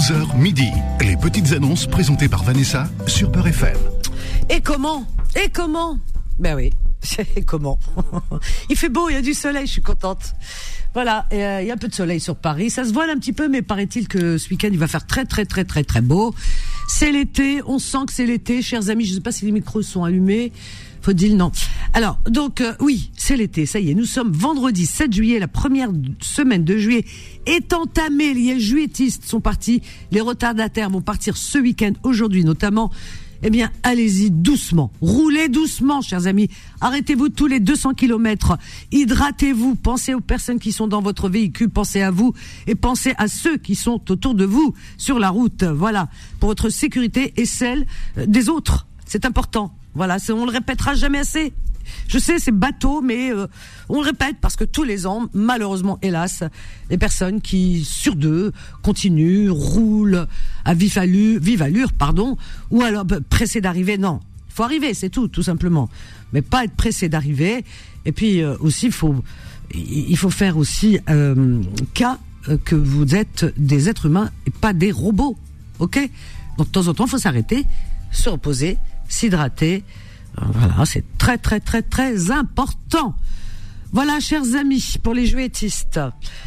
11h midi. Les petites annonces présentées par Vanessa sur Peur FM. Et comment Ben oui, comment il fait beau, il y a du soleil, je suis contente. Voilà, il y a un peu de soleil sur Paris. Ça se voile un petit peu, mais paraît-il que ce week-end, il va faire très, très, très, très, très beau. C'est l'été, on sent que c'est l'été. Chers amis, je ne sais pas si les micros sont allumés. Faut-il, non. Alors, donc, oui, c'est l'été, ça y est. Nous sommes vendredi 7 juillet, la première semaine de juillet est entamée. Les juilletistes sont partis. Les retardataires vont partir ce week-end, aujourd'hui notamment. Eh bien, allez-y doucement. Roulez doucement, chers amis. Arrêtez-vous tous les 200 kilomètres. Hydratez-vous. Pensez aux personnes qui sont dans votre véhicule. Pensez à vous et pensez à ceux qui sont autour de vous sur la route. Voilà. Pour votre sécurité et celle des autres. C'est important. Voilà. On le répétera jamais assez. Je sais, c'est bateau, mais on le répète parce que tous les ans, malheureusement, hélas, les personnes qui, sur deux, continuent, roulent à vive allure, ou alors pressées d'arriver. Non, il faut arriver, c'est tout simplement. Mais pas être pressé d'arriver. Et puis aussi, il faut faire aussi cas que vous êtes des êtres humains et pas des robots, ok ? Donc de temps en temps, il faut s'arrêter, se reposer, s'hydrater. Voilà, c'est très très très très important. Voilà, chers amis, pour les juilletistes.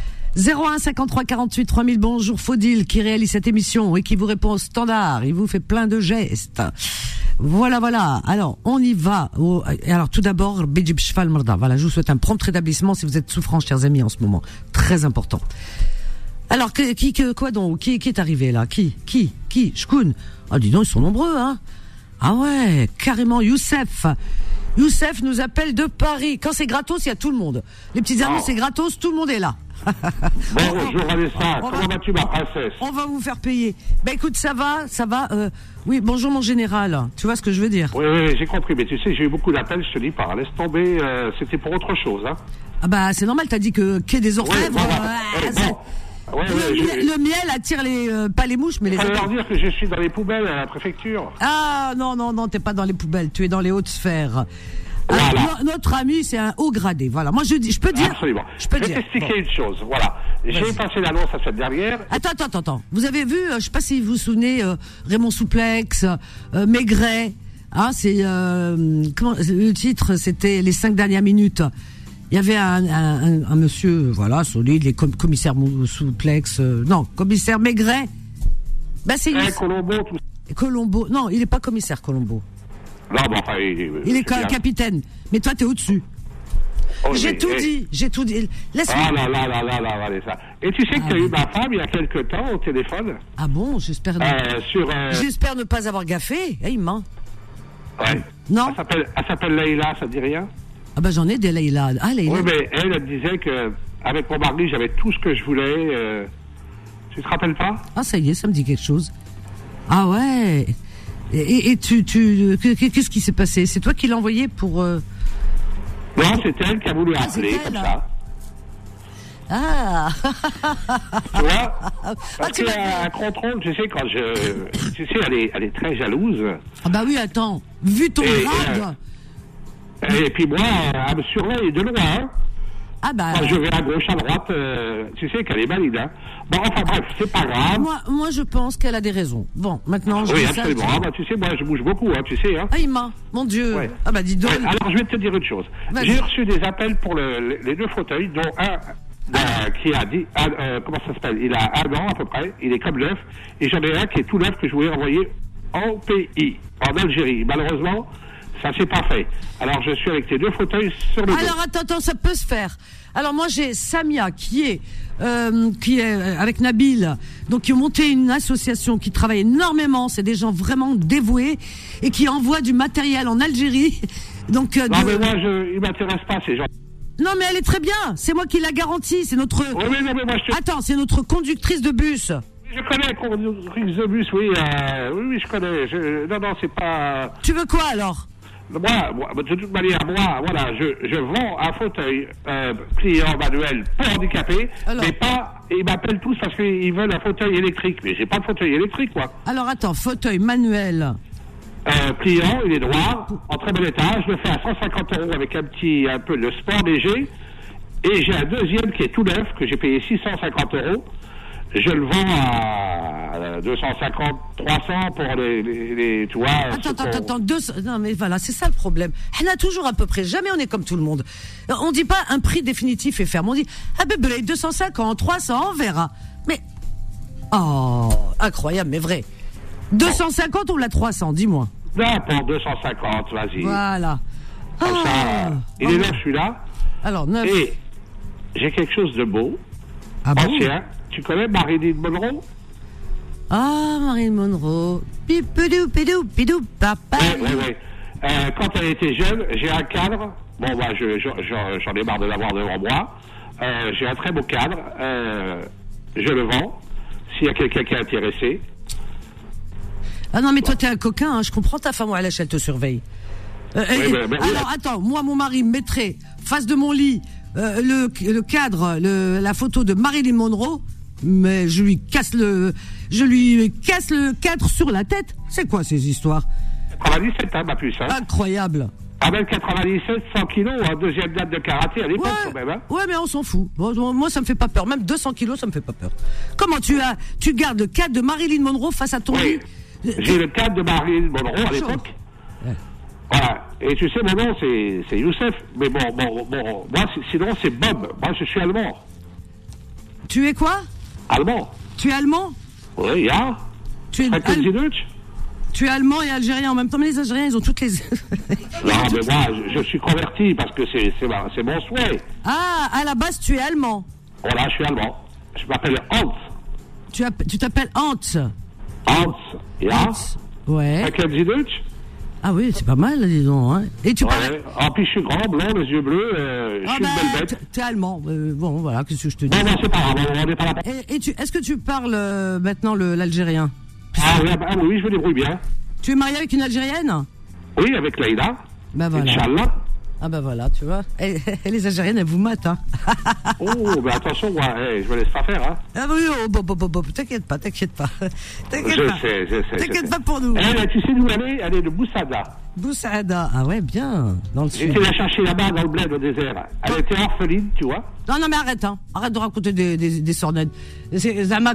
01 53 48 3000, bonjour Faudil qui réalise cette émission et qui vous répond au standard. Il vous fait plein de gestes. Voilà. Alors, on y va. Alors, tout d'abord, Bidjib Shfal Marda. Voilà, je vous souhaite un prompt rétablissement si vous êtes souffrant, chers amis, en ce moment. Très important. Alors, quoi donc? Qui est arrivé là? Qui? Shkoun. Ah, dis donc, ils sont nombreux, hein. Ah ouais, carrément, Youssef nous appelle de Paris. Quand c'est gratos, il y a tout le monde. Les petites annonces, c'est gratos, tout le monde est là. Bonjour Vanessa, comment vas-tu ma princesse? On va vous faire payer. Ben écoute, ça va. Oui, bonjour mon général. Tu vois ce que je veux dire? Oui, j'ai compris, mais tu sais, j'ai eu beaucoup d'appels, je te dis pas. Laisse tomber, c'était pour autre chose, hein. Ah bah c'est normal, t'as dit que quai des Orfèvres. Le miel attire pas les mouches, mais les. Il faut leur dire que je suis dans les poubelles à la préfecture. Ah non, t'es pas dans les poubelles, tu es dans les hautes sphères. Voilà. Alors, notre ami, c'est un haut gradé. Voilà. Moi, je peux dire. Absolument. Je vais t'expliquer une chose. Voilà. J'ai passé l'annonce à cette dernière. Attends. Vous avez vu, je sais pas si vous vous souvenez, Raymond Souplex, Maigret. Hein, c'est le titre, c'était les 5 dernières minutes. Il y avait un monsieur, voilà, solide, les commissaires Souplex, commissaire Maigret. Ben, c'est Colombo. Non, il est pas commissaire, Colombo. Non, bon, enfin, il est capitaine. Mais toi, t'es au-dessus. Oh, j'ai tout dit. Laisse-moi. Ah là, Vanessa. Et tu sais que tu as eu ma femme il y a quelque temps au téléphone. Ah bon, j'espère. J'espère ne pas avoir gaffé. Il ment. Ouais. Non. Elle s'appelle Leïla, ça te dit rien? Ah ben j'en ai des Leïla. Ah Leïla. Oui, mais elle disait que avec mon mari, j'avais tout ce que je voulais. Tu te rappelles pas? Ah ça y est, ça me dit quelque chose. Ah ouais. Et qu'est-ce qui s'est passé? C'est toi qui l'as envoyé pour... Non, c'est elle qui a voulu appeler, comme ça. Ah. Tu vois? Parce qu'il y a un contrôle, tu sais, tu sais, elle est très jalouse. Ah bah oui, attends. Vu ton grade... Et puis moi, elle me surveille de loin, hein. Ah bah... Quand je vais à gauche, à droite, tu sais qu'elle est valide, hein. Bon, enfin bref, c'est pas grave. Moi, je pense qu'elle a des raisons. Bon, maintenant, oui, absolument. Ah bah, tu sais, moi, je bouge beaucoup, hein, tu sais, hein. Ah, mon Dieu. Ouais. Ah bah, dis donc. Ouais, alors, je vais te dire une chose. Vas-y. J'ai reçu des appels pour les 2 fauteuils, dont un qui a dit, comment ça s'appelle? Il a 1 an, à peu près. Il est comme neuf. Et j'en ai un qui est tout neuf que je voulais envoyer en pays, en Algérie. Malheureusement, ça s'est pas fait. Alors, je suis avec tes 2 fauteuils sur le dos. Alors, attends, ça peut se faire. Alors, moi, j'ai Samia qui est avec Nabil, donc qui ont monté une association qui travaille énormément. C'est des gens vraiment dévoués et qui envoient du matériel en Algérie. Donc, non, mais moi, ils m'intéressent pas, ces gens. Non, mais elle est très bien. C'est moi qui la garantis. C'est notre... Oui, non, mais moi, Attends, c'est notre conductrice de bus. Je connais la conductrice de bus, oui. Oui, je connais. Non, c'est pas... Tu veux quoi, alors? Moi, de toute manière, voilà, je vends un fauteuil pliant manuel pour handicapés, mais pas, ils m'appellent tous parce qu'ils veulent un fauteuil électrique, mais j'ai pas de fauteuil électrique, quoi. Alors attends, fauteuil manuel. Pliant, il est noir, en très bon état, je le fais à 150 € avec un peu de sport léger, et j'ai un deuxième qui est tout neuf, que j'ai payé 650 €, je le vends à à 250, 300 pour les tu vois. Attends, non mais voilà, c'est ça le problème. On a toujours à peu près, jamais on est comme tout le monde. On dit pas un prix définitif et ferme, on dit, 250, 300, on verra. Mais, oh, incroyable, mais vrai. 250 ou la 300, dis-moi. Non, pour 250, vas-y. Voilà. Comme ça, il est neuf celui-là. Alors, 9. Et j'ai quelque chose de beau. Ah bon? Ancien. Tu connais Marilyn Monroe? Ah, Marilyn Monroe. Pidou, papa. Oui. Quand elle était jeune, j'ai un cadre. Bon, bah, j'en ai marre de l'avoir devant moi. J'ai un très beau cadre. Je le vends. S'il y a quelqu'un qui est intéressé. Ah non, mais toi, t'es un coquin, hein. Je comprends ta femme, elle te surveille. Alors, attends, moi, mon mari me mettrait face de mon lit le cadre, la photo de Marilyn Monroe, mais je lui casse le cadre sur la tête. C'est quoi ces histoires? 97 ans, ma puce, hein. Incroyable. Ah ben 97, 100 kilos, deuxième date de karaté à l'époque, quand même, hein. Ouais, mais on s'en fout. Bon, moi, ça me fait pas peur. Même 200 kilos, ça me fait pas peur. Comment tu gardes le cadre de Marilyn Monroe face à ton lit? J'ai le cadre de Marilyn Monroe à l'époque. Ouais. Voilà. Et tu sais, mon nom, c'est Youssef. Mais bon, moi, sinon, c'est Bob. Moi, je suis allemand. Tu es quoi? Allemand. Tu es allemand? Oui, ja. Tu es allemand et algérien en même temps. Mais les Algériens, ils ont toutes les... Non, mais moi, je suis converti parce que c'est mon souhait. Ah, à la base, tu es allemand. Voilà, je suis allemand. Je m'appelle Hans. Tu t'appelles Hans. Hans, ja. Ouais. Ah oui, c'est pas mal, disons. Hein. Et tu parles... En plus, je suis grand, blanc, les yeux bleus, je suis une belle bête. T'es allemand. Bon, voilà, qu'est-ce que je te dis? Non, c'est pas grave, on n'est pas là. Est-ce que tu parles maintenant l'algérien? Oui, je me débrouille bien. Tu es marié avec une Algérienne? Oui, avec Laïla. Ben voilà. Inch'Allah. Ah ben voilà, tu vois. Et les Algériennes, elles vous matent, hein. Oh, ben attention, moi, je me laisse pas faire, hein. Ah oui, t'inquiète pas. Je sais. T'inquiète pas pour nous. Tu sais d'où elle est de Boussada. Boussada, ah ouais, bien, dans le sud. J'étais la chercher là-bas, dans le bled, au désert. Elle était orpheline, tu vois. Non, mais arrête, hein. Arrête de raconter des sornettes. C'est Zama,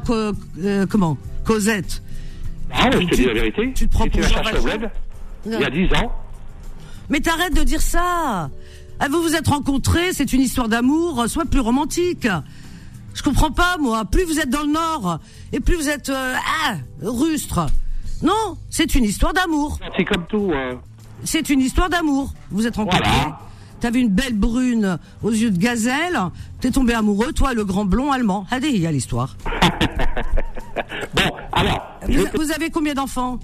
Cosette. Ah ouais, je te dis la vérité. Tu te prends pour la chercher au bled, il y a 10 ans. Mais t'arrêtes de dire ça. Vous vous êtes rencontrés, c'est une histoire d'amour, sois plus romantique. Je comprends pas, moi. Plus vous êtes dans le Nord, et plus vous êtes rustre. Non, c'est une histoire d'amour. C'est comme tout. C'est une histoire d'amour. Vous êtes rencontrés. Voilà. T'avais une belle brune aux yeux de gazelle. T'es tombé amoureux, toi, le grand blond allemand. Allez, il y a l'histoire. Bon, alors... Vous avez combien d'enfants?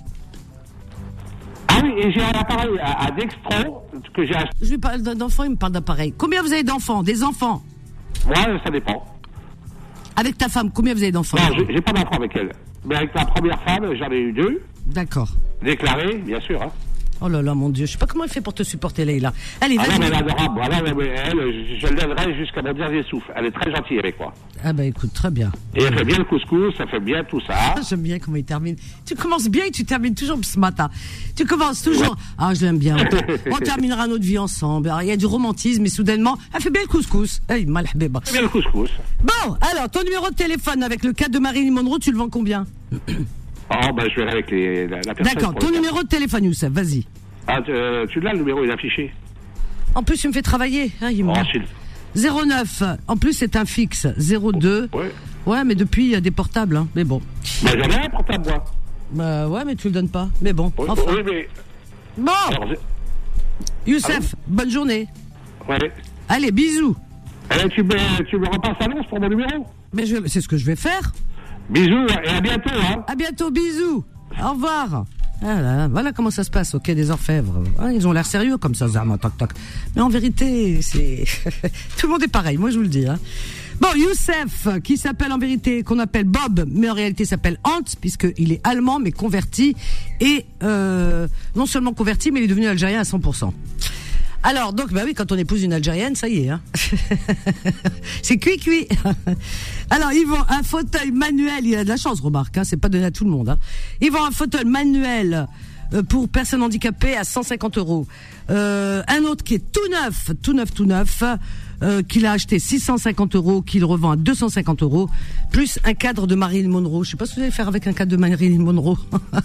Ah oui, et j'ai un appareil à Dextro que j'ai acheté. Je lui parle d'enfants, il me parle d'appareil. Combien vous avez d'enfants? Des enfants? Moi, ça dépend. Avec ta femme, combien vous avez d'enfants? Non, j'ai pas d'enfants avec elle. Mais avec ma première femme, j'en ai eu 2. D'accord. Déclarés, bien sûr, hein. Oh là là, mon Dieu, je sais pas comment elle fait pour te supporter, Leïla. Allez, vas-y. Ah non, mais elle est adorable. Voilà, mais elle, je l'aiderai jusqu'à mon dernier souffle. Elle est très gentille avec moi. Ah bah écoute, très bien. Et elle fait bien le couscous, ça fait bien tout ça. J'aime bien comment il termine. Tu commences bien et tu termines toujours ce matin. Tu commences toujours. Ouais. Ah, je l'aime bien. On terminera notre vie ensemble. Alors, il y a du romantisme et soudainement, elle fait bien le couscous. Hey, malhabeba. Elle fait bien le couscous. Bon, alors, ton numéro de téléphone avec le cadre de Marilyn Monroe, tu le vends combien? Oh, bah, je verrai avec la personne. D'accord, ton numéro de téléphone, Youssef, vas-y. Ah, tu l'as, le numéro, il est affiché. En plus, tu me fais travailler. Ah, 09. En plus, c'est un fixe. 02. Ouais. Ouais, mais depuis, il y a des portables, hein. Mais bon. Bah, j'en ai un portable, moi. Bah, ouais, mais tu le donnes pas. Mais bon. Oui, enfin. Oui, mais. Bon. Alors, Youssef, bonne journée. Ouais. Allez, bisous. Allez, tu me repasses l'annonce pour mon numéro? Mais c'est ce que je vais faire. Bisous et à bientôt, hein. À bientôt, bisous. Au revoir. Ah là, voilà comment ça se passe au Quai des Orfèvres. Ah, ils ont l'air sérieux comme ça, Zama, toc toc. Mais en vérité, c'est tout le monde est pareil. Moi, je vous le dis. Hein. Bon, Youssef, qui s'appelle en vérité, qu'on appelle Bob, mais en réalité s'appelle Hans, puisqu'il est allemand mais converti et non seulement converti, mais il est devenu algérien à 100%. Alors, donc, bah oui, quand on épouse une Algérienne, ça y est, hein. C'est cuit. Alors, ils vont un fauteuil manuel, il a de la chance, remarque, hein, c'est pas donné à tout le monde, hein. Ils vont un fauteuil manuel pour personnes handicapées à 150 €. Un autre qui est tout neuf, qu'il a acheté 650 €, qu'il revend à 250 €, plus un cadre de Marilyn Monroe. Je sais pas ce que vous allez faire avec un cadre de Marilyn Monroe.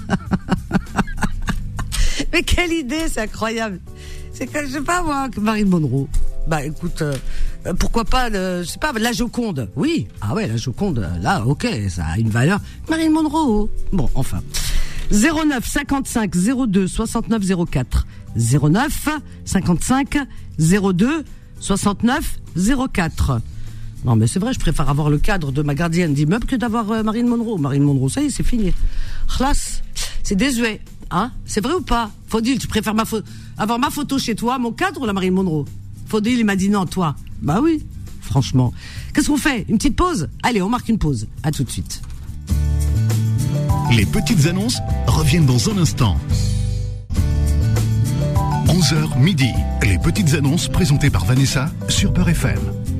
Mais quelle idée, c'est incroyable. C'est que, je sais pas moi, Marilyn Monroe. Bah écoute, pourquoi pas, je sais pas, la Joconde. Oui, ah ouais, la Joconde, là, ok, ça a une valeur. Marilyn Monroe. Bon, enfin. 09 55 02 69 04. 09 55 02 69 04. Non mais c'est vrai, je préfère avoir le cadre de ma gardienne d'immeuble que d'avoir Marilyn Monroe. Marilyn Monroe, ça y est, c'est fini. Khlas, c'est désuet, hein? C'est vrai ou pas? Faudil, tu préfères avoir ma photo chez toi, mon cadre ou la Marilyn Monroe? Faudil, il m'a dit non, toi. Bah oui, franchement. Qu'est-ce qu'on fait? Une petite pause? Allez, on marque une pause. À tout de suite. Les petites annonces reviennent dans un instant. 11h midi. Les petites annonces présentées par Vanessa sur Beurre FM.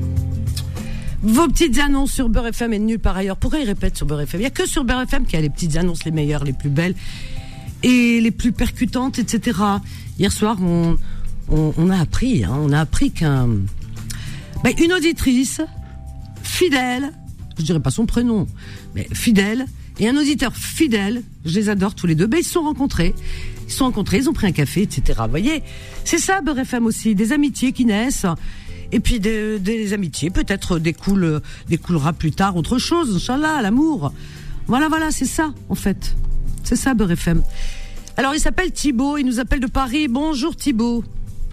Vos petites annonces sur Beurre FM et nulle part ailleurs. Pourquoi ils répètent sur Beurre FM? Il n'y a que sur Beurre FM qu'il y a les petites annonces les meilleures, les plus belles et les plus percutantes, etc. Hier soir, on a appris, une auditrice fidèle, je dirais pas son prénom, mais fidèle, et un auditeur fidèle, je les adore tous les deux, ils se sont rencontrés, ils ont pris un café, etc. Vous voyez, c'est ça Beurre FM aussi, des amitiés qui naissent, et puis des amitiés peut-être découlera plus tard autre chose, Inch'Allah, l'amour. Voilà, c'est ça en fait, c'est ça Beurre FM. Alors il s'appelle Thibaut, il nous appelle de Paris. Bonjour Thibaut.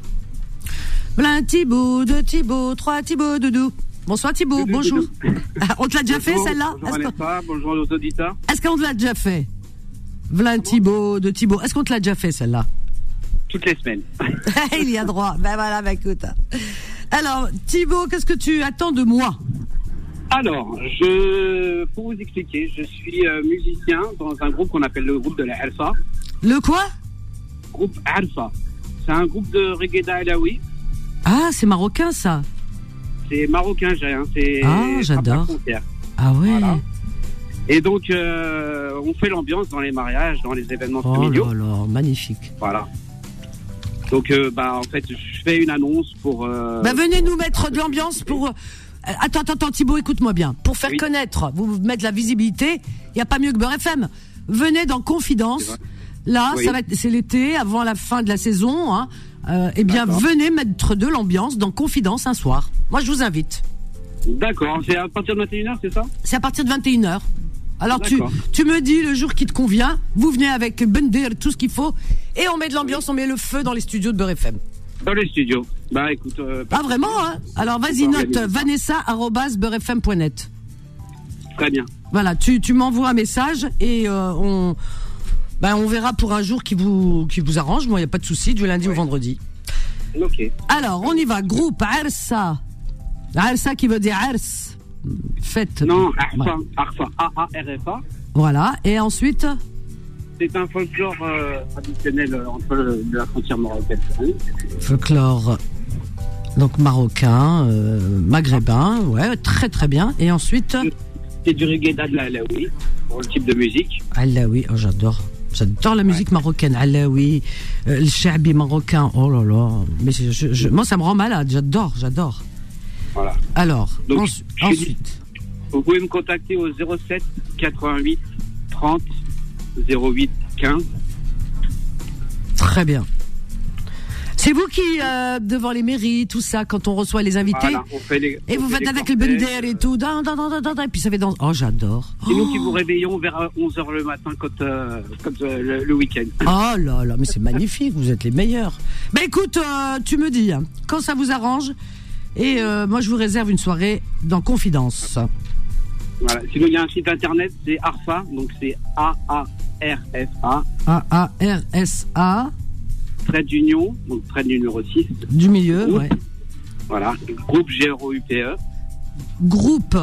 Plein Thibaut, deux Thibaut, trois Thibaut, doudou. Bonsoir Thibaut, bonjour. On te l'a déjà fait celle-là? Bonjour Vanessa, bonjour aux auditeurs. Est-ce qu'on te l'a déjà fait? Plein Thibaut, deux Thibaut. Est-ce qu'on te l'a déjà fait celle-là? Toutes les semaines. Il y a droit. Ben voilà, écoute. Alors Thibaut, qu'est-ce que tu attends de moi? Alors, pour vous expliquer, je suis musicien dans un groupe qu'on appelle le groupe de la Alpha. Le quoi? Groupe Alpha. C'est un groupe de reggae d'Alaoui. Ah, c'est marocain ça? C'est marocain, c'est. Ah, j'adore. Ah ouais. Voilà. Et donc, on fait l'ambiance dans les mariages, dans les événements familiaux. Oh là là, magnifique. Voilà. Donc, en fait, je fais une annonce pour. Venez nous mettre de l'ambiance pour. Attends, Thibaut, écoute-moi bien. Pour faire connaître, vous mettre la visibilité, il n'y a pas mieux que Beurre FM. Venez dans Confidence. Là, c'est l'été, avant la fin de la saison. Hein. Venez mettre de l'ambiance dans Confidence un soir. Moi, je vous invite. D'accord. C'est à partir de 21h, c'est ça? C'est à partir de 21h. Alors, tu me dis le jour qui te convient. Vous venez avec Bender, tout ce qu'il faut. Et on met de l'ambiance, on met le feu dans les studios de Beurre FM. Dans les studios. Bah, écoute. Vraiment, hein? Alors, vas-y, note vanessa@beurrefm.net. Très bien. Voilà, tu m'envoies un message et on verra pour un jour qui vous arrange. Moi, il n'y a pas de souci, du lundi au vendredi. Ok. Alors, on y va. Groupe Arsa. Arsa qui veut dire Ars. Fête. Non, Arfa. A-A-R-F-A. Voilà. Et ensuite? C'est un folklore traditionnel entre la frontière marocaine. Folklore. Donc marocain, maghrébin. Ouais, très très bien. Et ensuite? C'est du reggae d'Alaoui, pour le type de musique. Alaoui, oh j'adore la musique marocaine. Alaoui, le shabi marocain, oh là là. Mais moi ça me rend malade, j'adore. Voilà. Alors, donc, ensuite. Vous pouvez me contacter au 07 88 30 08 15. Très bien. C'est vous qui, devant les mairies, tout ça, quand on reçoit les invités, voilà, et vous faites avec le bender et tout, et puis ça fait dans... Oh, j'adore. C'est nous qui vous réveillons vers 11h le matin quand le week-end. Oh là là, mais c'est magnifique, vous êtes les meilleurs. Ben écoute, tu me dis, hein, quand ça vous arrange, et moi je vous réserve une soirée dans Confidence. Voilà, sinon il y a un site internet, c'est Arfa, donc c'est A-A-R-F-A. A-A-R-S-A. Trait d'union, donc trait de numéro 6. Du milieu, groupe, ouais. Voilà, groupe GROUPE. Groupe.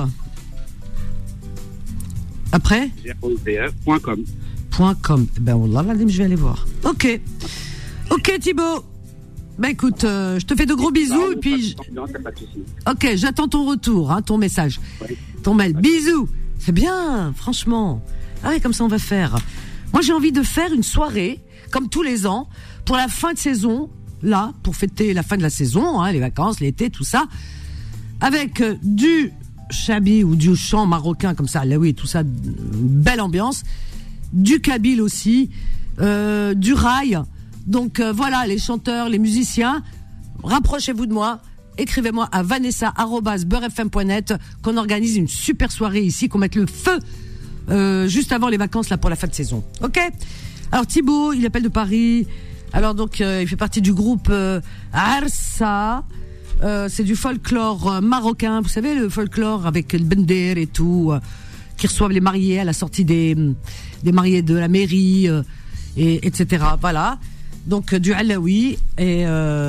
Après GROUPE.com. .com. Ben, wallah, je vais aller voir. Ok Thibaut. Ben écoute, je te fais de gros bisous, et puis... Ok, j'attends ton retour, hein, ton message. Oui. Ton mail. Bisous. C'est bien, franchement. Ah oui, comme ça on va faire. Moi j'ai envie de faire une soirée, comme tous les ans, pour la fin de saison, là, pour fêter la fin de la saison, hein, les vacances, l'été, tout ça. avec du chabi ou du chant marocain comme ça, là oui, tout ça, belle ambiance, du kabyle aussi, du rail. Donc voilà, les chanteurs, les musiciens, rapprochez-vous de moi, écrivez-moi à vanessa@beurrefm.net qu'on organise une super soirée ici, qu'on mette le feu juste avant les vacances là pour la fin de saison. OK ? Alors Thibaut, il appelle de Paris. Alors donc il fait partie du groupe Arsa. C'est du folklore marocain, vous savez, le folklore avec le bender et tout, qui reçoivent les mariés à la sortie des mariés de la mairie, et etc. Voilà. Donc du alaoui et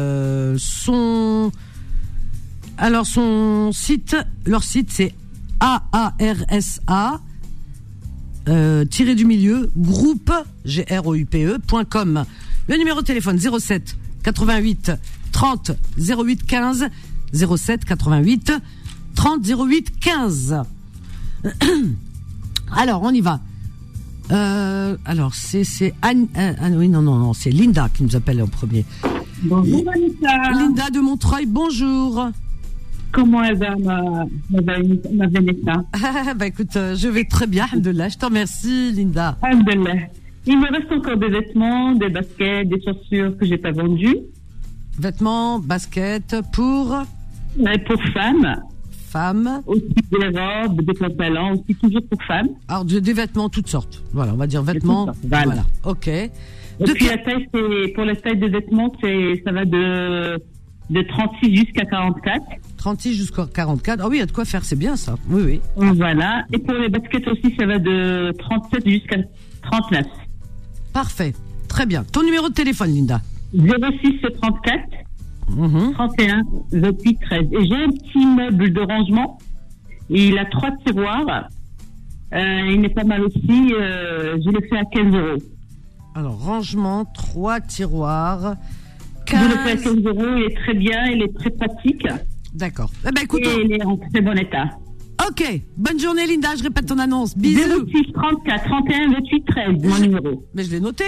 leur site c'est AARSA tiré du milieu groupe groupe.com. Le numéro de téléphone 07 88 30 08 15 07 88 30 08 15. Alors on y va. Alors c'est Anne, oui non c'est Linda qui nous appelle en premier. Bonjour Vanessa. Linda de Montreuil, bonjour. Comment elle va ma Vanessa? Bah écoute, je vais très bien, alhamdoulilah, je te remercie Linda. Alhamdoulilah. Il me reste encore des vêtements, des baskets, des chaussures que j'ai pas vendues. Vêtements, baskets pour femmes. Femmes. Aussi des robes, des pantalons, aussi toujours pour femmes. Alors des vêtements toutes sortes. Voilà, on va dire vêtements. Voilà. OK. Et puis la taille, pour la taille de vêtements, ça va de 36 jusqu'à 44. 36 jusqu'à 44. Ah oui, il y a de quoi faire, c'est bien ça. Oui, oui. Voilà. Et pour les baskets aussi, ça va de 37 jusqu'à 39. Parfait. Très bien. Ton numéro de téléphone, Linda? 06 34 31 28 13. Et j'ai un petit meuble de rangement. Il a 3 tiroirs. Il est pas mal aussi. Je le fais à 15 €. Alors, rangement, 3 tiroirs. 15... Je le fais à 15 €. Il est très bien. Il est très pratique. D'accord. Eh ben, écoute. Et il est en très bon état. Ok. Bonne journée, Linda. Je répète ton annonce. Bisous. 06 34 31 28 13. Mon numéro. Mais je l'ai noté.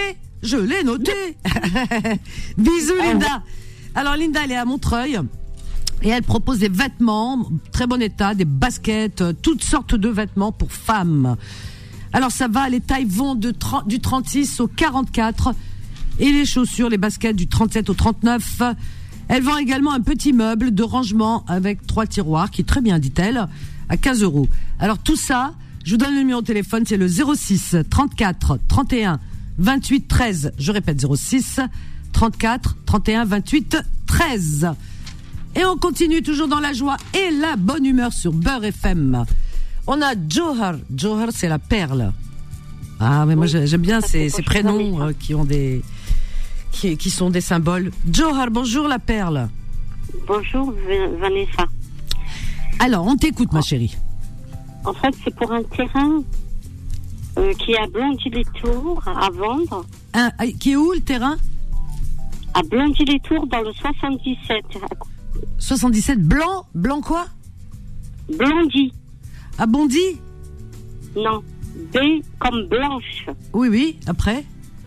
Bisous, Linda. Alors, Linda, elle est à Montreuil. Et elle propose des vêtements, très bon état, des baskets, toutes sortes de vêtements pour femmes. Alors, ça va, les tailles vont du 36 au 44. Et les chaussures, les baskets du 37 au 39. Elle vend également un petit meuble de rangement avec 3 tiroirs, qui est très bien, dit-elle, à 15 €. Alors, tout ça, je vous donne le numéro de téléphone, c'est le 06 34 31 28 13. Je répète, 06 34 31 28 13. Et on continue toujours dans la joie et la bonne humeur sur Beurre FM. On a Johar. Johar, c'est la perle. Ah, mais moi j'aime bien ces prénoms qui ont qui sont des symboles. Johar, bonjour la perle. Bonjour Vanessa. Alors, on t'écoute ma chérie. En fait, c'est pour un terrain qui est à Blondy-les-Tours à vendre. Qui est où le terrain? À Blondy-les-Tours dans le 77. 77, blanc quoi? Blondy. À Bondy? Non, B comme blanche. Oui, après?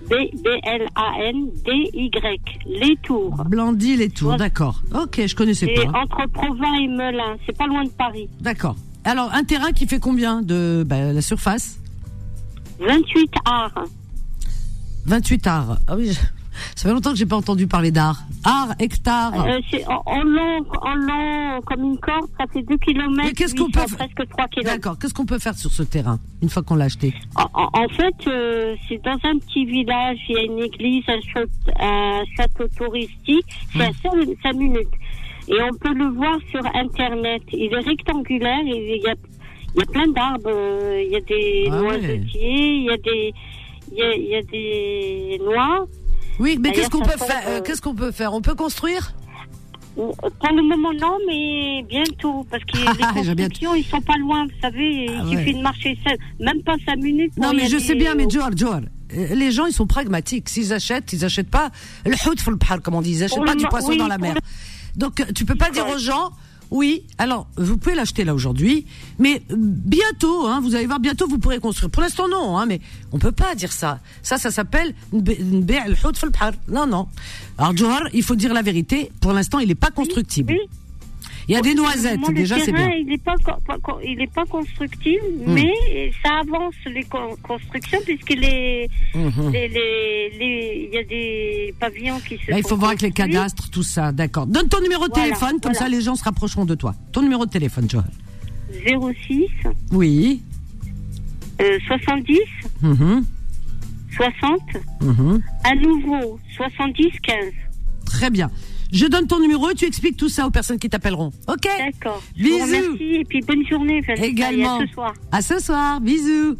B-L-A-N-D-Y, les Tours. Blondy, les Tours, d'accord. Ok, je connaissais pas. C'est entre Provins et Melun, c'est pas loin de Paris. D'accord. Alors, un terrain qui fait combien de la surface? 28 arts. 28 arts. Ah oui, ça fait longtemps que j'ai pas entendu parler d'art. Art, hectare. C'est en long, comme une corde, ça fait 2 km. Mais qu'est-ce qu'on peut presque 3 km. D'accord. Qu'est-ce qu'on peut faire sur ce terrain, une fois qu'on l'a acheté? En fait, c'est dans un petit village, il y a une église, un château touristique, c'est à 5 minutes. Et on peut le voir sur Internet. Il est rectangulaire, il y a plein d'arbres, il y a des noisetiers, il y a des noix. Oui, mais qu'est-ce qu'on peut faire? On peut construire? Pour le moment, non, mais bientôt. Parce que les constructions, ils sont pas loin, vous savez. Il suffit de marcher même pas 5 minutes. Non, mais je sais bien, mais Johar, les gens, ils sont pragmatiques. S'ils achètent, ils achètent pas le hout fil bahar, comme on dit. Ils achètent pas du poisson dans la mer. Donc, tu peux pas dire aux gens... Oui, alors, vous pouvez l'acheter là aujourd'hui, mais bientôt, vous allez voir, bientôt vous pourrez construire. Pour l'instant, non, mais on peut pas dire ça. Ça s'appelle non. Alors, Johar, il faut dire la vérité, pour l'instant, il n'est pas constructible. Oui. Il y a des noisettes, Moi, déjà c'est bien. Il n'est pas constructible, mais ça avance les constructions puisqu'il est, il y a des pavillons qui se. Là, il faut voir avec les cadastres, tout ça, d'accord. Donne ton numéro de téléphone, comme ça les gens se rapprocheront de toi. Ton numéro de téléphone, Johar. 06. Oui. 70. 60. À nouveau 70 15. Très bien. Je donne ton numéro et tu expliques tout ça aux personnes qui t'appelleront. Ok. D'accord. Bisous. Merci et puis bonne journée. Également. À ce soir. À ce soir. Bisous.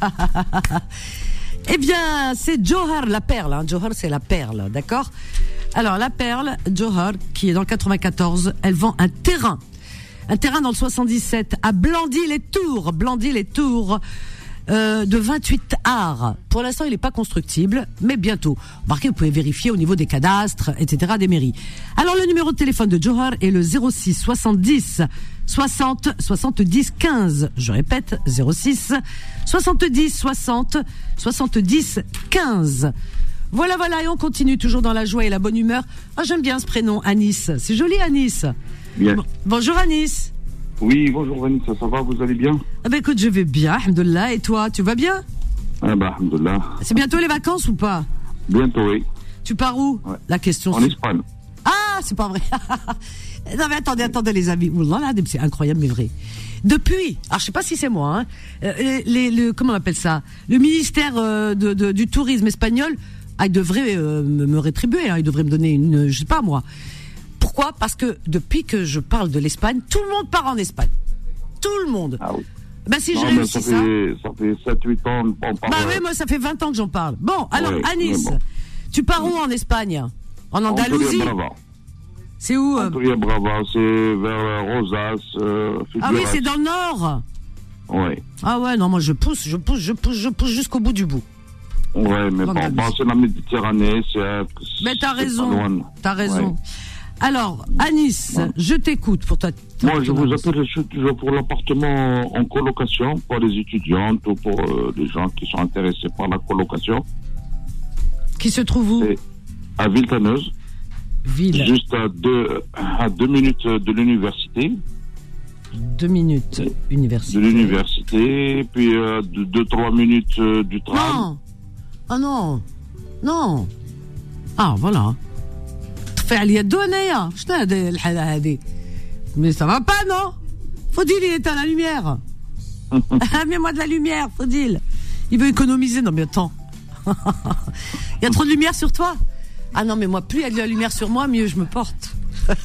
Eh bien, c'est Johar, la perle. Hein. Johar, c'est la perle, d'accord. Alors, la perle, Johar, qui est dans le 94, elle vend un terrain dans le 77 à Blandy-les-Tours. Blandy-les-Tours. De 28 arts. Pour l'instant, il n'est pas constructible, mais bientôt. Remarquez, vous pouvez vérifier au niveau des cadastres, etc., des mairies. Alors, le numéro de téléphone de Johar est le 06 70 60 70 15. Je répète, 06 70 60 70 15. Voilà, et on continue toujours dans la joie et la bonne humeur. Ah, j'aime bien ce prénom, Anis. C'est joli, Anis. Bien. Bonjour, Anis. Oui, bonjour Vanessa, ça va, vous allez bien? Ah ben écoute, je vais bien, alhamdoulilah. Et toi, tu vas bien? Ah bah, alhamdoulilah. C'est bientôt les vacances ou pas? Bientôt, oui. Tu pars où? Ouais. La question. En Espagne. Ah, c'est pas vrai. Non mais attendez les amis. Oulala, c'est incroyable mais vrai. Depuis, alors je sais pas si c'est moi, hein, comment on appelle ça? Le ministère du tourisme espagnol, il devrait me rétribuer, hein, il devrait me donner une, je sais pas moi. Pourquoi? Parce que depuis que je parle de l'Espagne, tout le monde part en Espagne. Tout le monde. Ah oui. Ben si non, je réussis ça fait 7-8 ans on parle. Bah oui, moi ça fait 20 ans que j'en parle. Bon, alors ouais, Anis, bon. Tu pars où en Espagne? En Andalousie? C'est où? Antoria Brava, c'est vers Rosas, ah oui, c'est dans le nord. Oui. Ah ouais, non, moi je pousse jusqu'au bout du bout. Ouais, mais bon, c'est la Méditerranée, mais t'as raison. Ouais. Alors, Anis, je t'écoute pour ta. Moi, je vous appelle toujours pour l'appartement en colocation, pour les étudiantes ou pour les gens qui sont intéressés par la colocation. Qui se trouve où? À Villetaneuse. Juste à 2 minutes de l'université. 2 minutes, université. De l'université, puis 2-3 minutes du tram. Non. Ah non. Non. Ah, voilà. Mais ça va pas, non? Faudil, il est à la lumière. Mets-moi de la lumière, Faudil. Il veut économiser. Non, mais attends. Il y a trop de lumière sur toi? Ah non, mais moi, plus il y a de la lumière sur moi, mieux je me porte.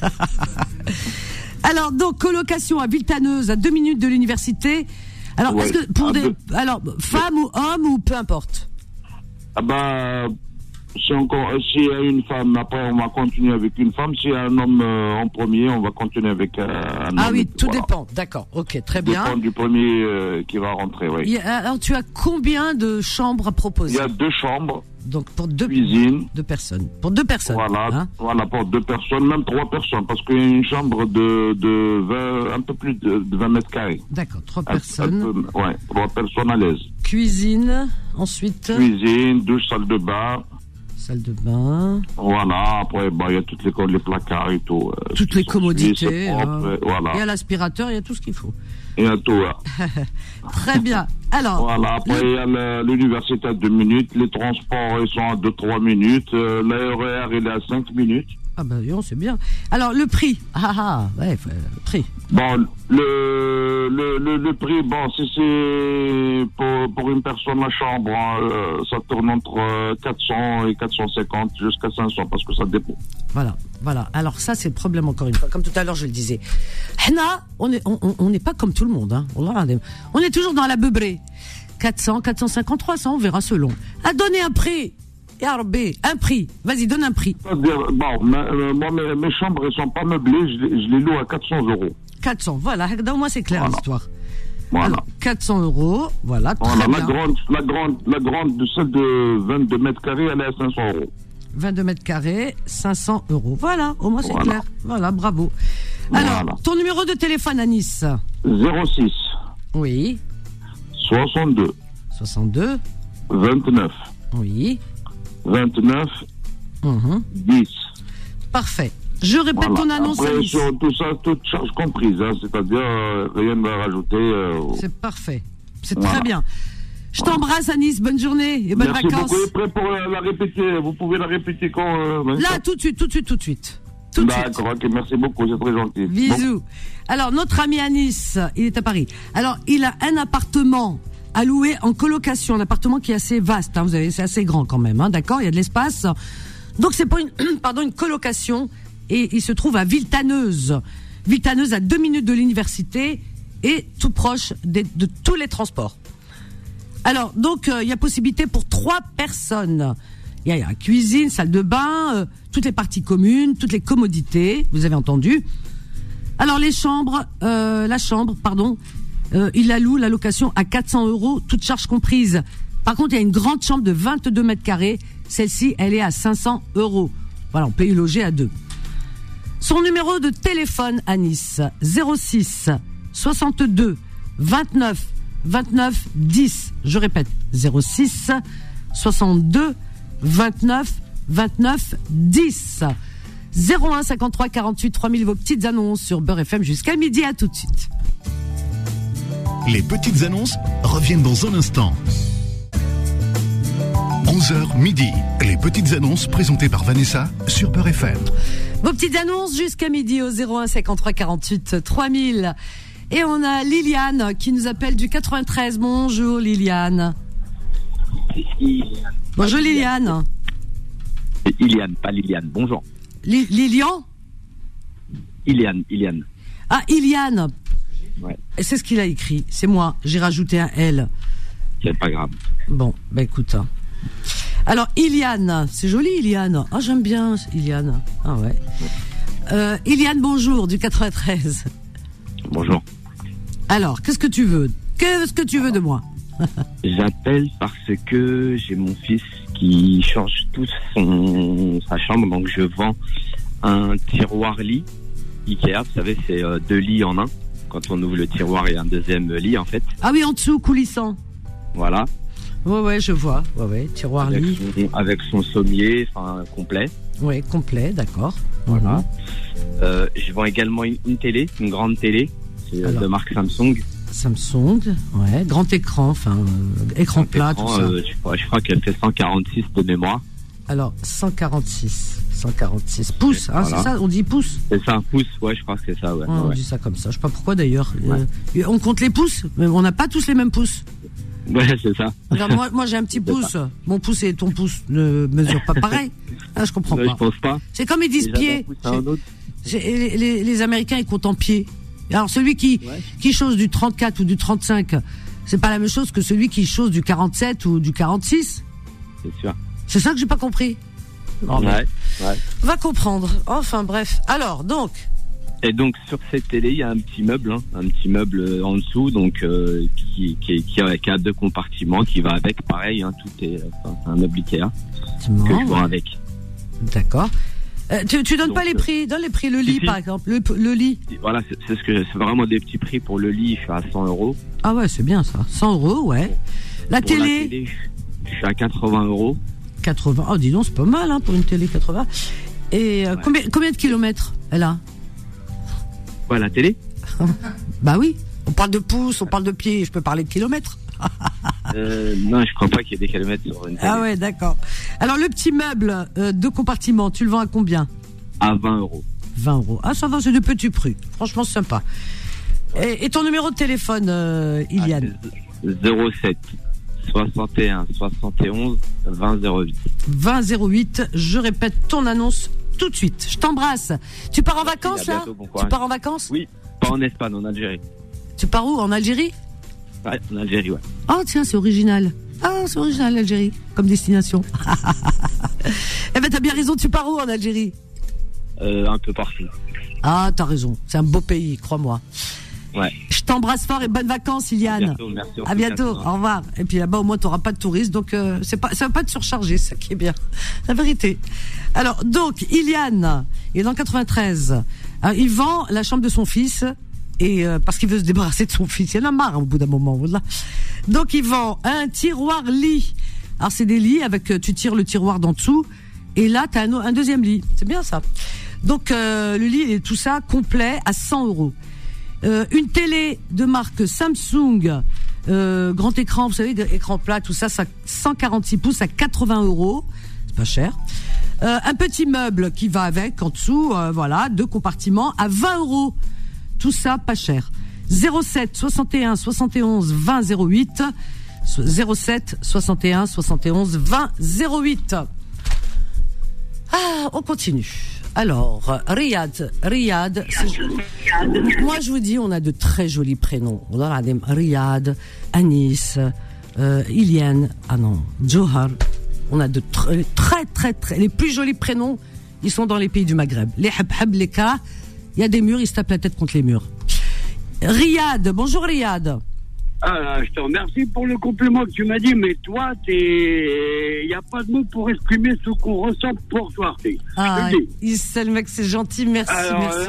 Alors, donc, colocation à Villetaneuse, à 2 minutes de l'université. Alors, ouais, est-ce que pour alors, femmes ou hommes ou peu importe? Ah bah, s'il y a une femme, après on va continuer avec une femme. S'il y a un homme en premier, on va continuer avec un homme. Ah oui, tout dépend. D'accord, ok, très bien. Dépend du premier qui va rentrer, oui. Alors, tu as combien de chambres à proposer? Il y a 2 chambres. Donc pour 2 cuisines. 2 personnes. Pour 2 personnes. Voilà, hein? Voilà, pour 2 personnes, même 3 personnes, parce qu'il y a une chambre de 20, un peu plus de 20 mètres carrés. D'accord, 3 personnes. Ouais, 3 personnes à l'aise. Cuisine, ensuite. Cuisine, douche, salle de bain. Salle de bain. Voilà, après, il y a toutes les placards et tout. Toutes les commodités. Propre, voilà. Il y a l'aspirateur, il y a tout ce qu'il faut. Il y a tout, ouais. Très bien. Alors. Voilà, après, il y a l'université à 2 minutes, les transports, ils sont à 2-3 minutes, l'ARR, il est à 5 minutes. Ah ben, c'est bien. Alors, le prix. Ouais, le prix. Bon, le prix, bon, si c'est pour une personne la chambre, ça tourne entre 400 et 450 jusqu'à 500 parce que ça dépend. Voilà. Alors ça, c'est le problème encore une fois. Comme tout à l'heure, je le disais. On n'est pas comme tout le monde, hein. On est toujours dans la beubrée. 400, 450, 300, on verra selon. À donner un prix. Ya Rabbi, un prix. Vas-y, donne un prix. Bon, moi, mes chambres, elles sont pas meublées. Je les loue à 400 €. 400, voilà. Au moins, c'est clair, l'histoire. Voilà. Alors, 400 €, voilà, très bien. La grande de celle de 22 mètres carrés, elle est à 500 €. 22 mètres carrés, 500 €. Voilà, au moins, c'est clair. Voilà, bravo. Alors, ton numéro de téléphone à Nice? 06. Oui. 62. 29. Oui. 29. 10. Parfait. Je répète ton annonce, Après, Anis. sur tout ça, toute charge comprise, hein, c'est-à-dire rien de rajouter. C'est parfait. C'est Voilà. très bien. Je t'embrasse, Anis. Bonne journée et bonnes Merci vacances. beaucoup. Et prêt pour la répéter. Vous pouvez la répéter quand Là, tout de suite. Tout de suite. D'accord, ok, merci beaucoup, c'est très gentil. Bisous. Alors, notre ami Anis, il est à Paris. Alors, il a un appartement à louer en colocation, un appartement qui est assez vaste. Hein, c'est assez grand quand même, hein, d'accord. Il y a de l'espace. Donc, c'est pas une colocation. Et il se trouve à Villetaneuse. Villetaneuse, à 2 minutes de l'université et tout proche de tous les transports. Alors, donc, il y a possibilité pour 3 personnes. Il y a cuisine, salle de bain, toutes les parties communes, toutes les commodités, vous avez entendu. Alors, la chambre, il la loue, la location, à 400 €, toutes charges comprises. Par contre, il y a une grande chambre de 22 mètres carrés. Celle-ci, elle est à 500 €. Voilà, on peut y loger à 2. Son numéro de téléphone à Nice, 06 62 29 29 10. Je répète, 06 62 29 29 10. 01 53 48 3000, vos petites annonces sur Beurre FM jusqu'à midi. À tout de suite. Les petites annonces reviennent dans un instant. 11h midi, les petites annonces présentées par Vanessa sur Beurre FM. Vos petites annonces jusqu'à midi au 01 53 48 3000. Et on a Liliane qui nous appelle du 93. Bonjour Liliane. Bonjour Liliane. C'est Iliane, pas Liliane. Bonjour. Lilian. Iliane. Ah, Iliane. Ouais. Et c'est ce qu'il a écrit. C'est moi. J'ai rajouté un L. C'est pas grave. Bon, bah écoute. Alors, Iliane. C'est joli, Iliane. Ah, j'aime bien Iliane. Ah ouais. Iliane, bonjour, du 93. Bonjour. Alors, qu'est-ce que tu veux? Qu'est-ce que tu veux de moi? J'appelle parce que j'ai mon fils qui change toute sa chambre, donc je vends un tiroir lit Ikea. Vous savez, c'est 2 lits en un. Quand on ouvre le tiroir, il y a un deuxième lit en fait. Ah oui, en dessous, coulissant. Voilà. Ouais, je vois. Ouais, tiroir lit. Avec son sommier, enfin complet. Ouais, complet, d'accord. Voilà. Je vends également une télé, une grande télé, c'est de marque Samsung. Samsung, ouais, grand écran, enfin écran plat, tout ça. Je crois qu'elle fait 146 de mémoire. Alors 146 pouces, hein, voilà. C'est ça, on dit pouces. C'est ça, un pouce, ouais, je crois que c'est ça, ouais. On dit ça comme ça, je sais pas pourquoi d'ailleurs. Ouais. On compte les pouces, mais on n'a pas tous les mêmes pouces. Ouais, c'est ça. Alors, moi j'ai un petit pouce, mon pouce et ton pouce ne mesurent pas pareil. Ah, je comprends pas. Je pense pas. C'est comme ils disent pied. Les Américains ils comptent en pied. Alors celui qui chose du 34 ou du 35, c'est pas la même chose que celui qui chose du 47 ou du 46. C'est sûr. C'est ça que j'ai pas compris. Non, ouais. Va comprendre. Enfin bref. Alors donc. Et donc sur cette télé, il y a un petit meuble en dessous, donc qui a 2 compartiments, qui va avec. Pareil, hein, tout est un meuble Ikea que je vends avec. D'accord. Tu donnes donc, pas les prix, donne les prix, le lit par exemple, le lit. Voilà, c'est vraiment des petits prix pour le lit, je suis à 100 €. Ah ouais, c'est bien ça, 100 €, ouais. La télé, je suis à 80 €. 80, oh dis donc, c'est pas mal hein, pour une télé 80. Et combien de kilomètres elle a? Ouais, la télé. Bah oui, on parle de pouces, on parle de pieds, je peux parler de kilomètres. Non, je crois pas qu'il y ait des kilomètres sur une télé. Ah ouais, d'accord. Alors le petit meuble 2 compartiments, tu le vends à combien? À 20 €. 20 €. Ah ça va, c'est de petits prix. Franchement, c'est sympa. Et ton numéro de téléphone, Iliane? 07 61 71 20 08. 20 08. Je répète ton annonce tout de suite. Je t'embrasse. Tu pars en vacances là? Tu pars en vacances? Oui, pas en Espagne, en Algérie. Tu pars où? En Algérie? Ouais, en Algérie, ouais. Oh tiens, c'est original. Ah, c'est original l'Algérie comme destination. Eh ben t'as bien raison. Tu pars où en Algérie? Un peu partout. Ah, t'as raison. C'est un beau pays, crois-moi. Ouais. Je t'embrasse fort et bonnes vacances, Iliane. À bientôt, merci. À bientôt. Au revoir. Et puis là-bas, au moins, t'auras pas de touristes, donc ça va pas te surcharger, ça qui est bien. La vérité. Alors, donc, Iliane, il est dans 93. Alors, il vend la chambre de son fils. Et parce qu'il veut se débarrasser de son fils, il en a marre au bout d'un moment. Voilà. Donc il vend un tiroir lit. Alors c'est des lits avec tu tires le tiroir d'en dessous et là t'as un deuxième lit. C'est bien ça. Donc le lit et tout ça complet à 100 €. Une télé de marque Samsung, grand écran, vous savez, écran plat, tout ça, 146 pouces à 80 €. C'est pas cher. Un petit meuble qui va avec, en dessous, voilà, 2 compartiments à 20 €. Tout ça, pas cher. 07 61 71 20 08. 07 61 71 20 08. Ah, on continue. Alors, Riyad, moi je vous dis, on a de très jolis prénoms. On a Riyad, Anis, Iliane, Johar. On a de très, les plus jolis prénoms, ils sont dans les pays du Maghreb. Les Habhab, les Kara, il y a des murs, ils se tapent la tête contre les murs. Riyad, bonjour Riyad. Je te remercie pour le compliment que tu m'as dit, mais toi, il n'y a pas de mots pour exprimer ce qu'on ressent pour toi. Issa, le mec, c'est gentil, merci, alors merci.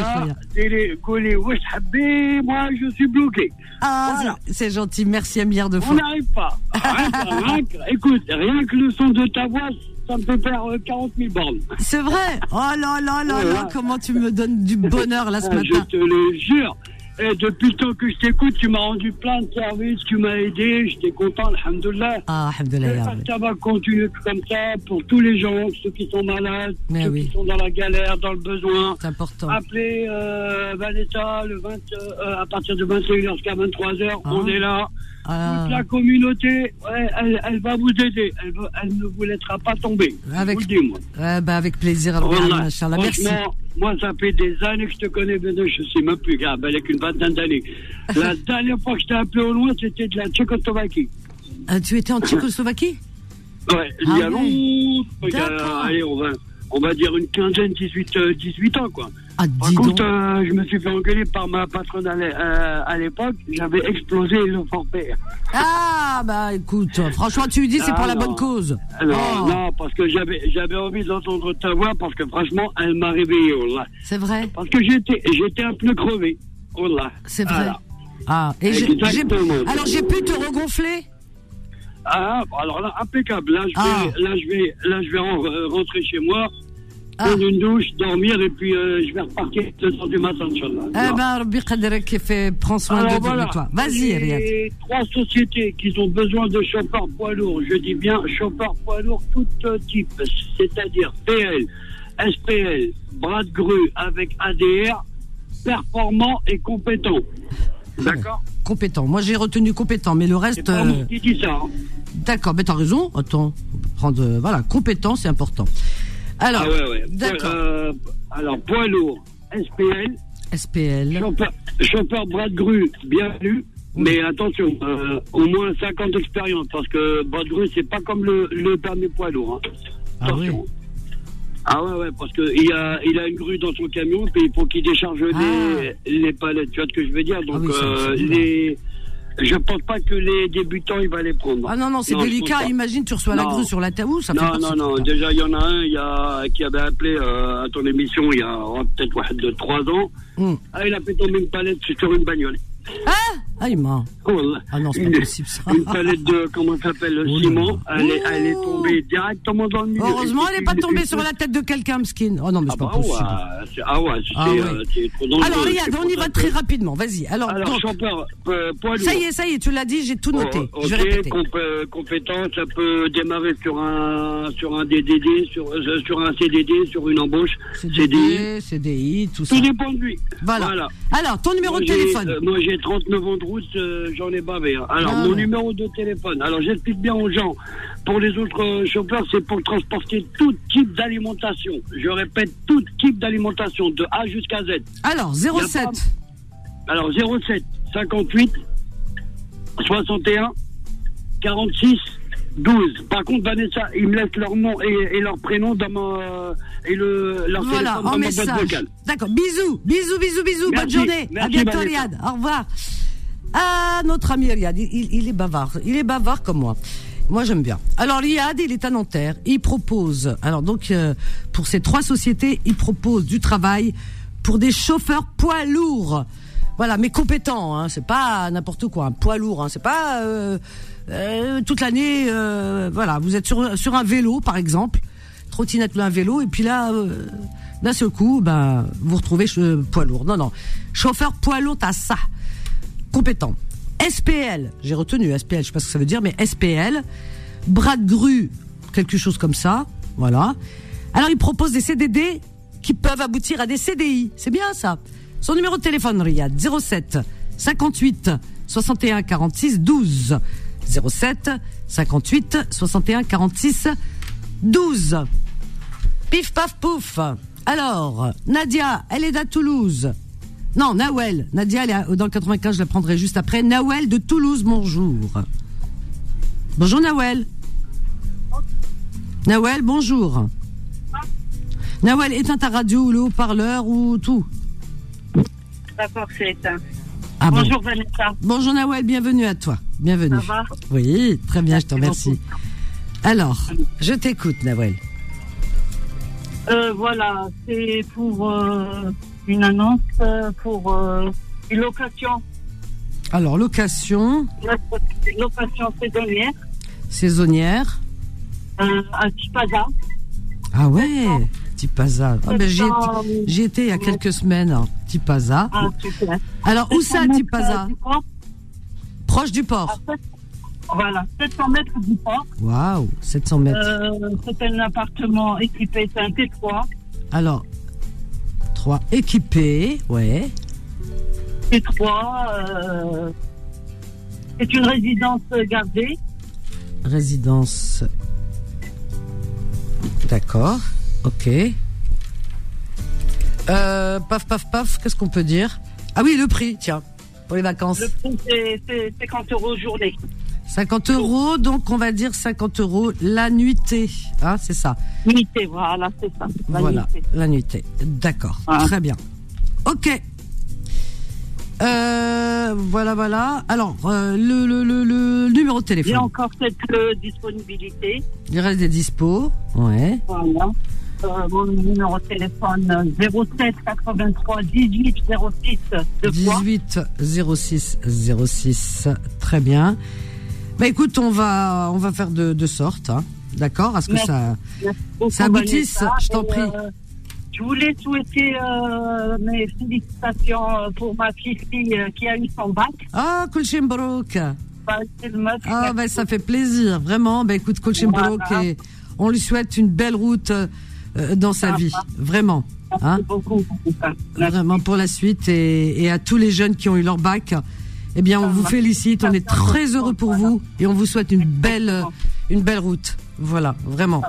Moi, je suis bloqué. Voilà. C'est gentil, merci un milliard de fois. On n'arrive pas. Écoute, rien que le son de ta voix, ça me fait faire 40 000 bornes. C'est vrai. Oh là, comment tu me donnes du bonheur là ce matin. Je te le jure. Et depuis le temps que je t'écoute, tu m'as rendu plein de services, tu m'as aidé, j'étais content, alhamdoulilah. Alhamdoulilah. Ça va continuer comme ça pour tous les gens, ceux qui sont malades, qui sont dans la galère, dans le besoin. C'est important. Appelez Vanessa à partir de 21h jusqu'à 23h, on est là. Toute la communauté, elle va vous aider. Elle ne vous laissera pas tomber. Avec, je vous le dis, moi. Avec plaisir. Merci. Moi, ça fait des années que je te connais, Benoît, je sais même plus, avec une vingtaine d'années. La dernière fois que je t'ai appelé au loin, c'était de la Tchécoslovaquie. Tu étais en Tchécoslovaquie? Ouais, il y a longtemps. Allez, on va dire une quinzaine, 18 ans, quoi. Par contre, je me suis fait engueuler par ma patronne à l'époque. J'avais explosé le forfait. Écoute, franchement, tu lui dis c'est pour la bonne cause. Non, parce que j'avais envie d'entendre ta voix, parce que franchement, elle m'a réveillé. Wallah. C'est vrai. Parce que j'étais un peu crevé. Wallah. C'est vrai. Alors j'ai pu te regonfler. Alors là, impeccable. Là, je vais rentrer chez moi. Prendre une douche, dormir, et puis je vais repartir 2h du matin, Inch'Allah. Rabbi Qadarek prends soin de toi. Vas-y, Riyad. Les 3 sociétés qui ont besoin de chauffeurs poids lourds, je dis bien chauffeurs poids lourds tout type, c'est-à-dire PL, SPL, bras de grue avec ADR, performant et compétent. D'accord ? Compétent. Moi, j'ai retenu compétent, mais le reste... C'est pas moi qui dis ça. D'accord, mais t'as raison. Attends, on peut prendre... compétent, c'est important. Alors, d'accord. Alors, poids lourd, SPL. Chauffeur bras de grue, bienvenue. Mais attention, au moins 5 ans d'expérience, parce que bras de grue, c'est pas comme le permis poids lourd. Attention. Parce que il a une grue dans son camion, puis il faut qu'il décharge les palettes. Tu vois ce que je veux dire? Donc, je pense pas que les débutants, il va les prendre. Non, c'est délicat. Imagine, tu reçois la grue sur la tête. Ça fait non. Déjà, il y en a un qui avait appelé à ton émission il y a peut-être de 3 ans. Il a fait tomber une palette sur une bagnole. Il m'a. Non, c'est pas possible ça. Une palette de, comment ça s'appelle, le ciment. Elle est tombée directement dans le milieu. Heureusement, elle n'est pas tombée sur la tête de quelqu'un, Mskin. Oh non, mais c'est pas possible. C'est trop dangereux. Alors, Riyad, on y va très rapidement. Vas-y. Alors chauffeur, poids lourd. Ça y est, tu l'as dit, j'ai tout noté. Je vais répéter. Compétent, ça peut démarrer sur un DDD, sur un CDD, sur une embauche. CDI, tout ça. Tout dépend de lui. Voilà. Alors, ton numéro de téléphone. Moi, j'ai 39 ans de route, j'en ai bavé. Alors, mon numéro de téléphone. Alors, j'explique bien aux gens. Pour les autres chauffeurs, c'est pour transporter tout type d'alimentation. Je répète, tout type d'alimentation, de A jusqu'à Z. Alors, 07. Alors, 07 58 61 46 12. Par contre, Vanessa, ils me laissent leur nom et leur prénom dans leur téléphone dans ma boîte vocale. D'accord. Bisous. Merci. Bonne journée. Merci, à bientôt, Vanessa. Riyad. Au revoir. Notre ami Riyad, il est bavard. Il est bavard comme moi. Moi, j'aime bien. Alors, Riyad, il est à Nanterre. Il propose, pour ces 3 sociétés, il propose du travail pour des chauffeurs poids lourds. Voilà, mais compétents, hein. C'est pas n'importe quoi, un poids lourd, hein. C'est pas toute l'année. Vous êtes sur un vélo, par exemple. trottinette ou un vélo, et puis là, d'un seul coup, vous retrouvez poids lourd. Non, chauffeur poids lourd, t'as ça. Compétent. SPL, j'ai retenu SPL, je sais pas ce que ça veut dire, mais SPL, bras de grue, quelque chose comme ça, voilà. Alors, il propose des CDD qui peuvent aboutir à des CDI. C'est bien ça. Son numéro de téléphone, Riyad, 07 58 61 46 12. 07 58 61 46 12. Pif paf pouf. Alors, Nadia, elle est à Toulouse. Non, Nawel. Nadia, elle est dans le 95, je la prendrai juste après. Nawel de Toulouse, bonjour. Bonjour Nawel. Nawel, bonjour. Nawel, éteins ta radio ou le haut-parleur ou tout. D'accord, c'est éteint. Bonjour Vanessa. Bonjour Nawel, bienvenue à toi. Bienvenue. Ça va ? Oui, très bien, je te remercie. Alors, je t'écoute Nawel. Voilà, c'est pour une annonce pour une location. Alors, location. Location saisonnière. Saisonnière. À Tipaza. Ah ouais, Tipaza. Ah ben, j'y étais il y a quelques semaines, Tipaza. Ah, super. Alors, où ça, Tipaza ? Proche du port. Voilà, 700 mètres du port. Waouh, 700 mètres. C'est un appartement équipé, c'est un T3. Alors, 3 équipés, ouais. T3, c'est une résidence gardée. Résidence. D'accord, ok. Paf, qu'est-ce qu'on peut dire ? Ah oui, le prix, tiens, pour les vacances. Le prix, c'est 50 € journée. 50 €, donc on va dire 50 € la nuitée, hein, c'est ça. Nuitée, voilà, c'est ça. Voilà, la nuitée. D'accord, très bien. Ok. Voilà. Alors, le numéro de téléphone. Il y a encore cette disponibilité. Il reste des dispos, ouais. Voilà. Mon numéro de téléphone 07 83 18 06 18 06 06. Très bien. Bah écoute, on va faire de sorte, hein, d'accord, à ce que ça aboutisse. Je t'en prie. Je voulais souhaiter mes félicitations pour ma fille qui a eu son bac. Ah, Kulchim Barouk. Ah, ben ça fait plaisir, vraiment. Ben écoute, Kulchim Barouk, et on lui souhaite une belle route dans sa vie, vraiment. Hein. Merci beaucoup. Vraiment pour la suite et à tous les jeunes qui ont eu leur bac. Eh bien, on vous félicite, on est très heureux pour vous et on vous souhaite une belle route. Voilà, vraiment.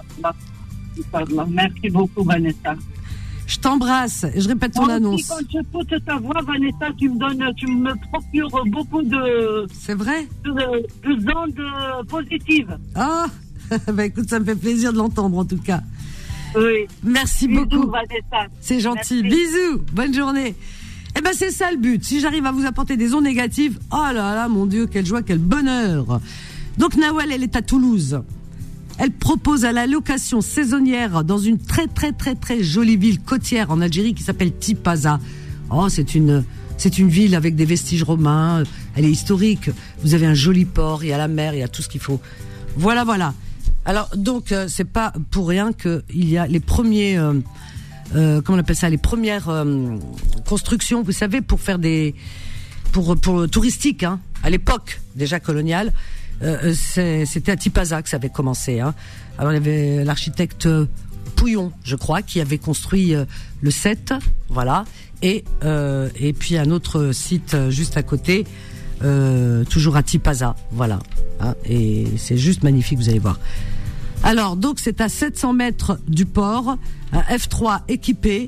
Merci beaucoup, Vanessa. Je t'embrasse. Je répète ton annonce. Quand j'écoute ta voix, Vanessa, tu me procures beaucoup de. C'est vrai. De ondes positives. Ah, bah écoute, ça me fait plaisir de l'entendre en tout cas. Oui. Merci Bisous, beaucoup. Vanessa. C'est gentil. Merci. Bisous. Bonne journée. Eh ben c'est ça le but. Si j'arrive à vous apporter des ondes négatives, oh là là, mon Dieu, quelle joie, quel bonheur. Donc Nawel, elle est à Toulouse. Elle propose à la location saisonnière dans une très très très très jolie ville côtière en Algérie qui s'appelle Tipaza. Oh, c'est une ville avec des vestiges romains. Elle est historique. Vous avez un joli port, il y a la mer, il y a tout ce qu'il faut. Voilà. Alors donc c'est pas pour rien que il y a les premiers comment on appelle ça, les premières constructions, vous savez, pour faire pour touristique, hein, à l'époque déjà coloniale. C'était à Tipaza que ça avait commencé, hein. Alors il y avait l'architecte Pouillon, je crois, qui avait construit le 7, voilà, et puis un autre site juste à côté, toujours à Tipaza, voilà, hein, et c'est juste magnifique, vous allez voir. Alors donc c'est à 700 mètres du port, un F3 équipé,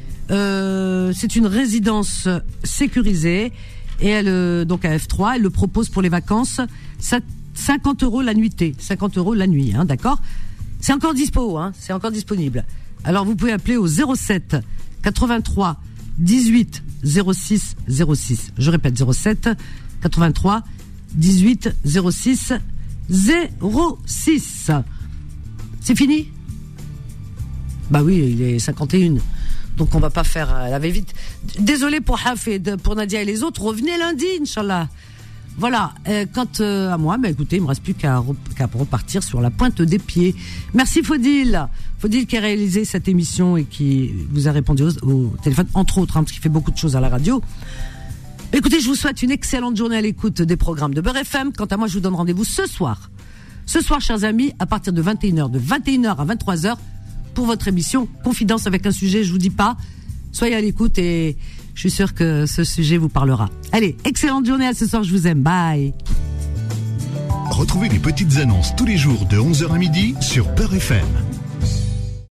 c'est une résidence sécurisée et elle donc à F3, elle le propose pour les vacances. 50 € la nuitée, 50 € la nuit, hein, d'accord. C'est encore dispo, hein, c'est encore disponible. Alors vous pouvez appeler au 07 83 18 06 06. Je répète 07 83 18 06 06. C'est fini ? Bah oui, il est 51. Donc on va pas faire laver vite. Désolé pour Hafid, pour Nadia et les autres. Revenez lundi, Inch'Allah. Voilà, quant à moi, écoutez, il me reste plus qu'à repartir sur la pointe des pieds. Merci Faudil qui a réalisé cette émission et qui vous a répondu au téléphone, entre autres, parce qu'il fait beaucoup de choses à la radio. Écoutez, je vous souhaite une excellente journée à l'écoute des programmes de Beurre FM. Quant à moi, je vous donne rendez-vous ce soir, chers amis, à partir de 21h, de 21h à 23h, pour votre émission Confidence avec un sujet, je vous dis pas, soyez à l'écoute et je suis sûr que ce sujet vous parlera. Allez, excellente journée à ce soir, je vous aime, bye. Retrouvez les petites annonces tous les jours de 11h à midi sur Beurre FM.